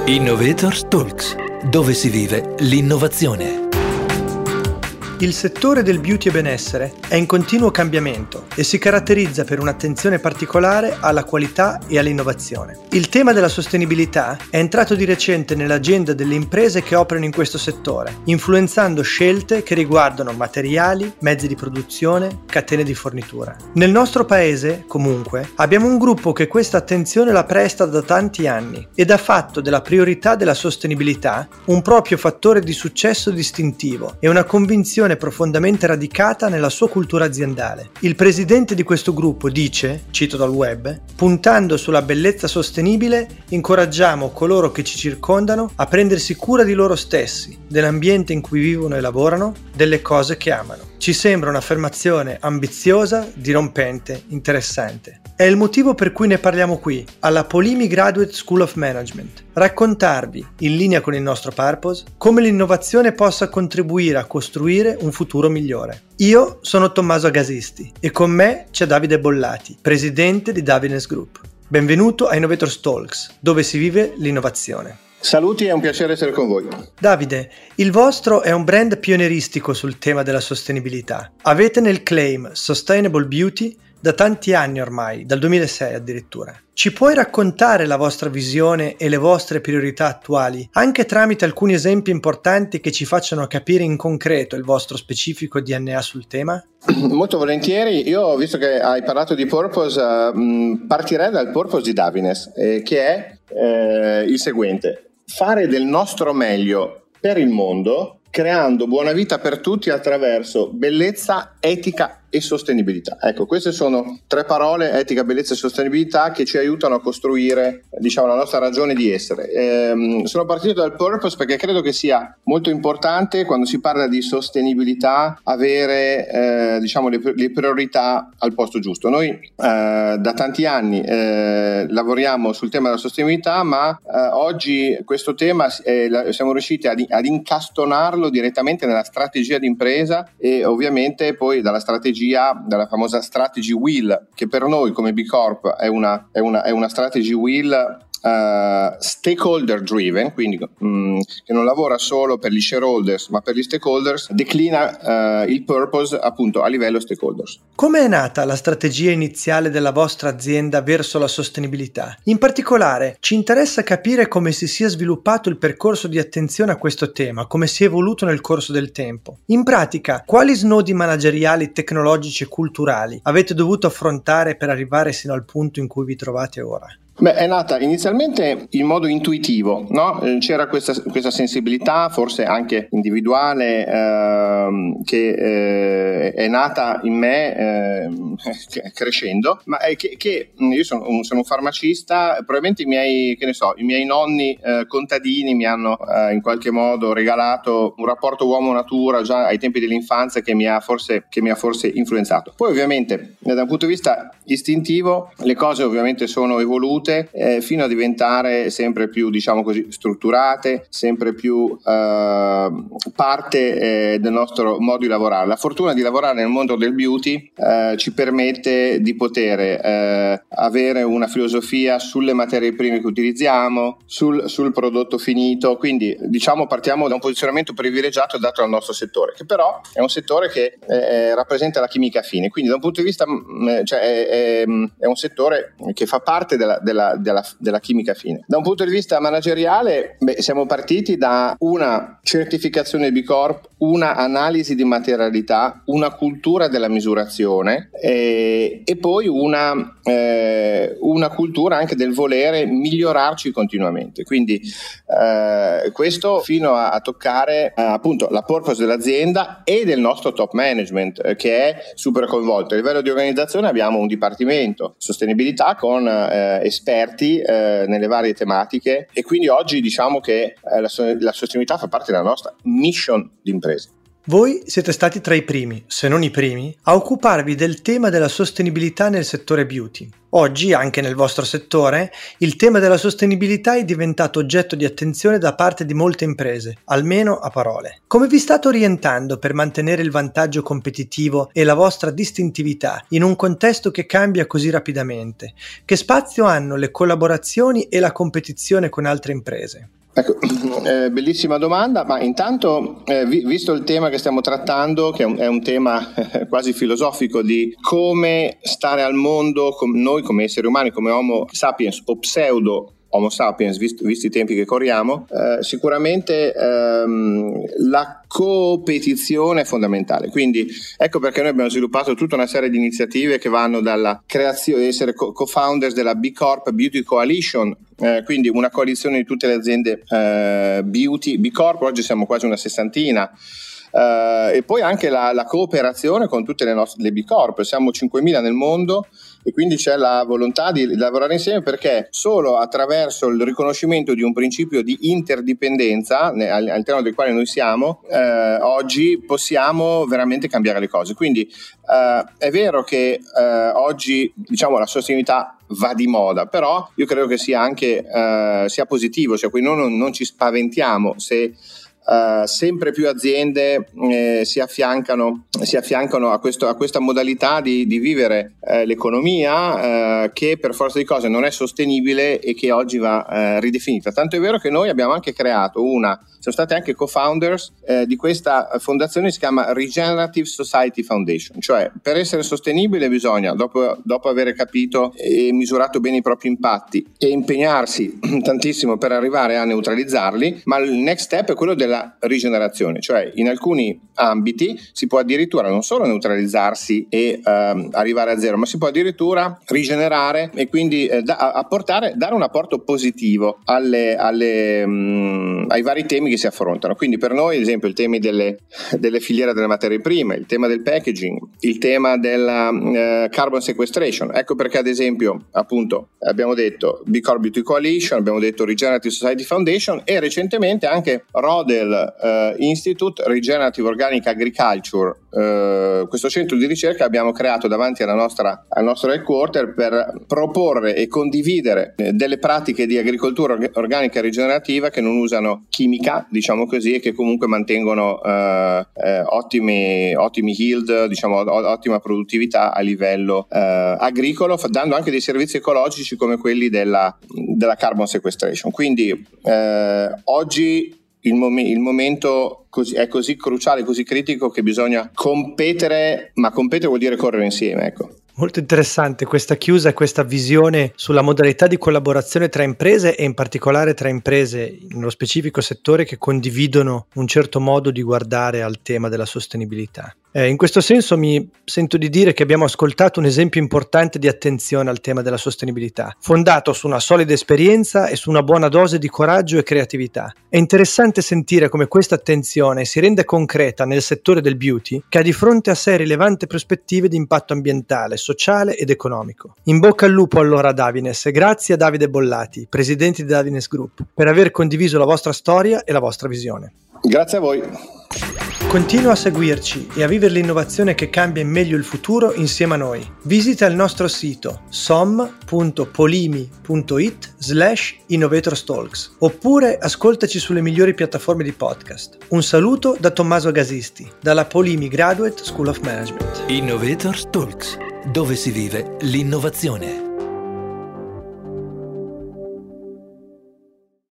Innovators Talks, dove si vive l'innovazione. Il settore del beauty e benessere è in continuo cambiamento e si caratterizza per un'attenzione particolare alla qualità e all'innovazione. Il tema della sostenibilità è entrato di recente nell'agenda delle imprese che operano in questo settore, influenzando scelte che riguardano materiali, mezzi di produzione, catene di fornitura. Nel nostro paese, comunque, abbiamo un gruppo che questa attenzione la presta da tanti anni ed ha fatto della priorità della sostenibilità un proprio fattore di successo distintivo e una convinzione profondamente radicata nella sua cultura aziendale. Il presidente di questo gruppo dice, cito dal web, puntando sulla bellezza sostenibile, incoraggiamo coloro che ci circondano a prendersi cura di loro stessi, dell'ambiente in cui vivono e lavorano, delle cose che amano. Ci sembra un'affermazione ambiziosa, dirompente, interessante. È il motivo per cui ne parliamo qui, alla Polimi Graduate School of Management. Raccontarvi, in linea con il nostro purpose, come l'innovazione possa contribuire a costruire un futuro migliore. Io sono Tommaso Agasisti e con me c'è Davide Bollati, presidente di Davines Group. Benvenuto a Innovators Talks, dove si vive l'innovazione. Saluti, è un piacere essere con voi. Davide, il vostro è un brand pionieristico sul tema della sostenibilità. Avete nel claim Sustainable Beauty da tanti anni ormai, dal 2006 addirittura. Ci puoi raccontare la vostra visione e le vostre priorità attuali, anche tramite alcuni esempi importanti che ci facciano capire in concreto il vostro specifico DNA sul tema? Molto volentieri. Io, visto che hai parlato di purpose, partirei dal purpose di Davines, che è il seguente: fare del nostro meglio per il mondo, creando buona vita per tutti attraverso bellezza, etica e sostenibilità. Ecco, queste sono tre parole, etica, bellezza e sostenibilità, che ci aiutano a costruire, la nostra ragione di essere. Sono partito dal purpose perché credo che sia molto importante, quando si parla di sostenibilità, avere le priorità al posto giusto. Noi da tanti anni lavoriamo sul tema della sostenibilità, ma oggi questo tema siamo riusciti ad incastonarlo direttamente nella strategia di impresa e ovviamente poi dalla famosa strategy wheel, che per noi come B Corp è una strategy wheel stakeholder driven, quindi che non lavora solo per gli shareholders ma per gli stakeholders, declina il purpose appunto a livello stakeholders. Come è nata la strategia iniziale della vostra azienda verso la sostenibilità? In particolare ci interessa capire come si sia sviluppato il percorso di attenzione a questo tema, come si è evoluto nel corso del tempo. In pratica, quali snodi manageriali, tecnologici e culturali avete dovuto affrontare per arrivare sino al punto in cui vi trovate ora? Beh, è nata inizialmente in modo intuitivo, no? C'era questa sensibilità, forse anche individuale, che è nata in me crescendo, ma che io sono un farmacista. Probabilmente i miei nonni contadini mi hanno in qualche modo regalato un rapporto uomo-natura già ai tempi dell'infanzia che mi ha forse influenzato. Poi ovviamente da un punto di vista istintivo le cose ovviamente sono evolute fino a diventare sempre più, strutturate, sempre più parte del nostro modo di lavorare. La fortuna di lavorare nel mondo del beauty ci permette di poter avere una filosofia sulle materie prime che utilizziamo, sul prodotto finito, quindi partiamo da un posizionamento privilegiato dato al nostro settore, che però è un settore che rappresenta la chimica fine, quindi da un punto di vista è un settore che fa parte della chimica fine. Da un punto di vista manageriale, siamo partiti da una certificazione B Corp, una analisi di materialità, una cultura della misurazione e poi una cultura anche del volere migliorarci continuamente. Quindi questo fino a toccare appunto la purpose dell'azienda e del nostro top management, che è super coinvolto. A livello di organizzazione abbiamo un dipartimento sostenibilità con esperti nelle varie tematiche, e quindi oggi diciamo che la sostenibilità fa parte della nostra mission di impresa. Voi siete stati tra i primi, se non i primi, a occuparvi del tema della sostenibilità nel settore beauty. Oggi, anche nel vostro settore, il tema della sostenibilità è diventato oggetto di attenzione da parte di molte imprese, almeno a parole. Come vi state orientando per mantenere il vantaggio competitivo e la vostra distintività in un contesto che cambia così rapidamente? Che spazio hanno le collaborazioni e la competizione con altre imprese? Ecco, bellissima domanda, ma intanto visto il tema che stiamo trattando, che è un tema quasi filosofico di come stare al mondo, noi come esseri umani, come Homo sapiens o pseudo Homo sapiens, visti i tempi che corriamo, sicuramente la competizione è fondamentale. Quindi ecco perché noi abbiamo sviluppato tutta una serie di iniziative che vanno dalla creazione di essere co-founders della B Corp Beauty Coalition, quindi una coalizione di tutte le aziende beauty B Corp. Oggi siamo quasi una sessantina. E poi anche la cooperazione con tutte le B Corp. Siamo 5.000 nel mondo e quindi c'è la volontà di lavorare insieme, perché solo attraverso il riconoscimento di un principio di interdipendenza all'interno del quale noi siamo oggi possiamo veramente cambiare le cose. Quindi è vero che oggi la sostenibilità va di moda, però io credo che sia anche sia positivo, cioè noi non ci spaventiamo se sempre più aziende si affiancano a questa modalità di vivere l'economia che per forza di cose non è sostenibile e che oggi va ridefinita. Tanto è vero che noi abbiamo anche creato siamo stati anche co-founders di questa fondazione, si chiama Regenerative Society Foundation, cioè per essere sostenibile bisogna, dopo aver capito e misurato bene i propri impatti e impegnarsi tantissimo per arrivare a neutralizzarli, ma il next step è quello della rigenerazione, cioè in alcuni ambiti si può addirittura non solo neutralizzarsi e arrivare a zero, ma si può addirittura rigenerare e quindi dare un apporto positivo ai vari temi che si affrontano. Quindi per noi, ad esempio, il tema delle filiere delle materie prime, il tema del packaging, il tema della carbon sequestration. Ecco perché, ad esempio, appunto, abbiamo detto B Corp Beauty Coalition, abbiamo detto Regenerative Society Foundation e recentemente anche Rodel Institute Regenerative Organic Agriculture, questo centro di ricerca abbiamo creato davanti al nostro headquarter per proporre e condividere delle pratiche di agricoltura organica e rigenerativa che non usano chimica, diciamo così, e che comunque mantengono ottimi yield, ottima produttività a livello agricolo, dando anche dei servizi ecologici come quelli della carbon sequestration. Quindi oggi il momento è così cruciale, così critico, che bisogna competere, ma competere vuol dire correre insieme, ecco. Molto interessante questa chiusa e questa visione sulla modalità di collaborazione tra imprese e in particolare tra imprese nello specifico settore che condividono un certo modo di guardare al tema della sostenibilità. In questo senso mi sento di dire che abbiamo ascoltato un esempio importante di attenzione al tema della sostenibilità, fondato su una solida esperienza e su una buona dose di coraggio e creatività. È interessante sentire come questa attenzione si rende concreta nel settore del beauty, che ha di fronte a sé rilevanti prospettive di impatto ambientale, sociale ed economico. In bocca al lupo allora a Davines e grazie a Davide Bollati, presidente di Davines Group, per aver condiviso la vostra storia e la vostra visione. Grazie a voi. Continua a seguirci e a vivere l'innovazione che cambia in meglio il futuro insieme a noi. Visita il nostro sito som.polimi.it/innovatorstalks oppure ascoltaci sulle migliori piattaforme di podcast. Un saluto da Tommaso Gasisti, dalla Polimi Graduate School of Management. Innovators Talks, dove si vive l'innovazione.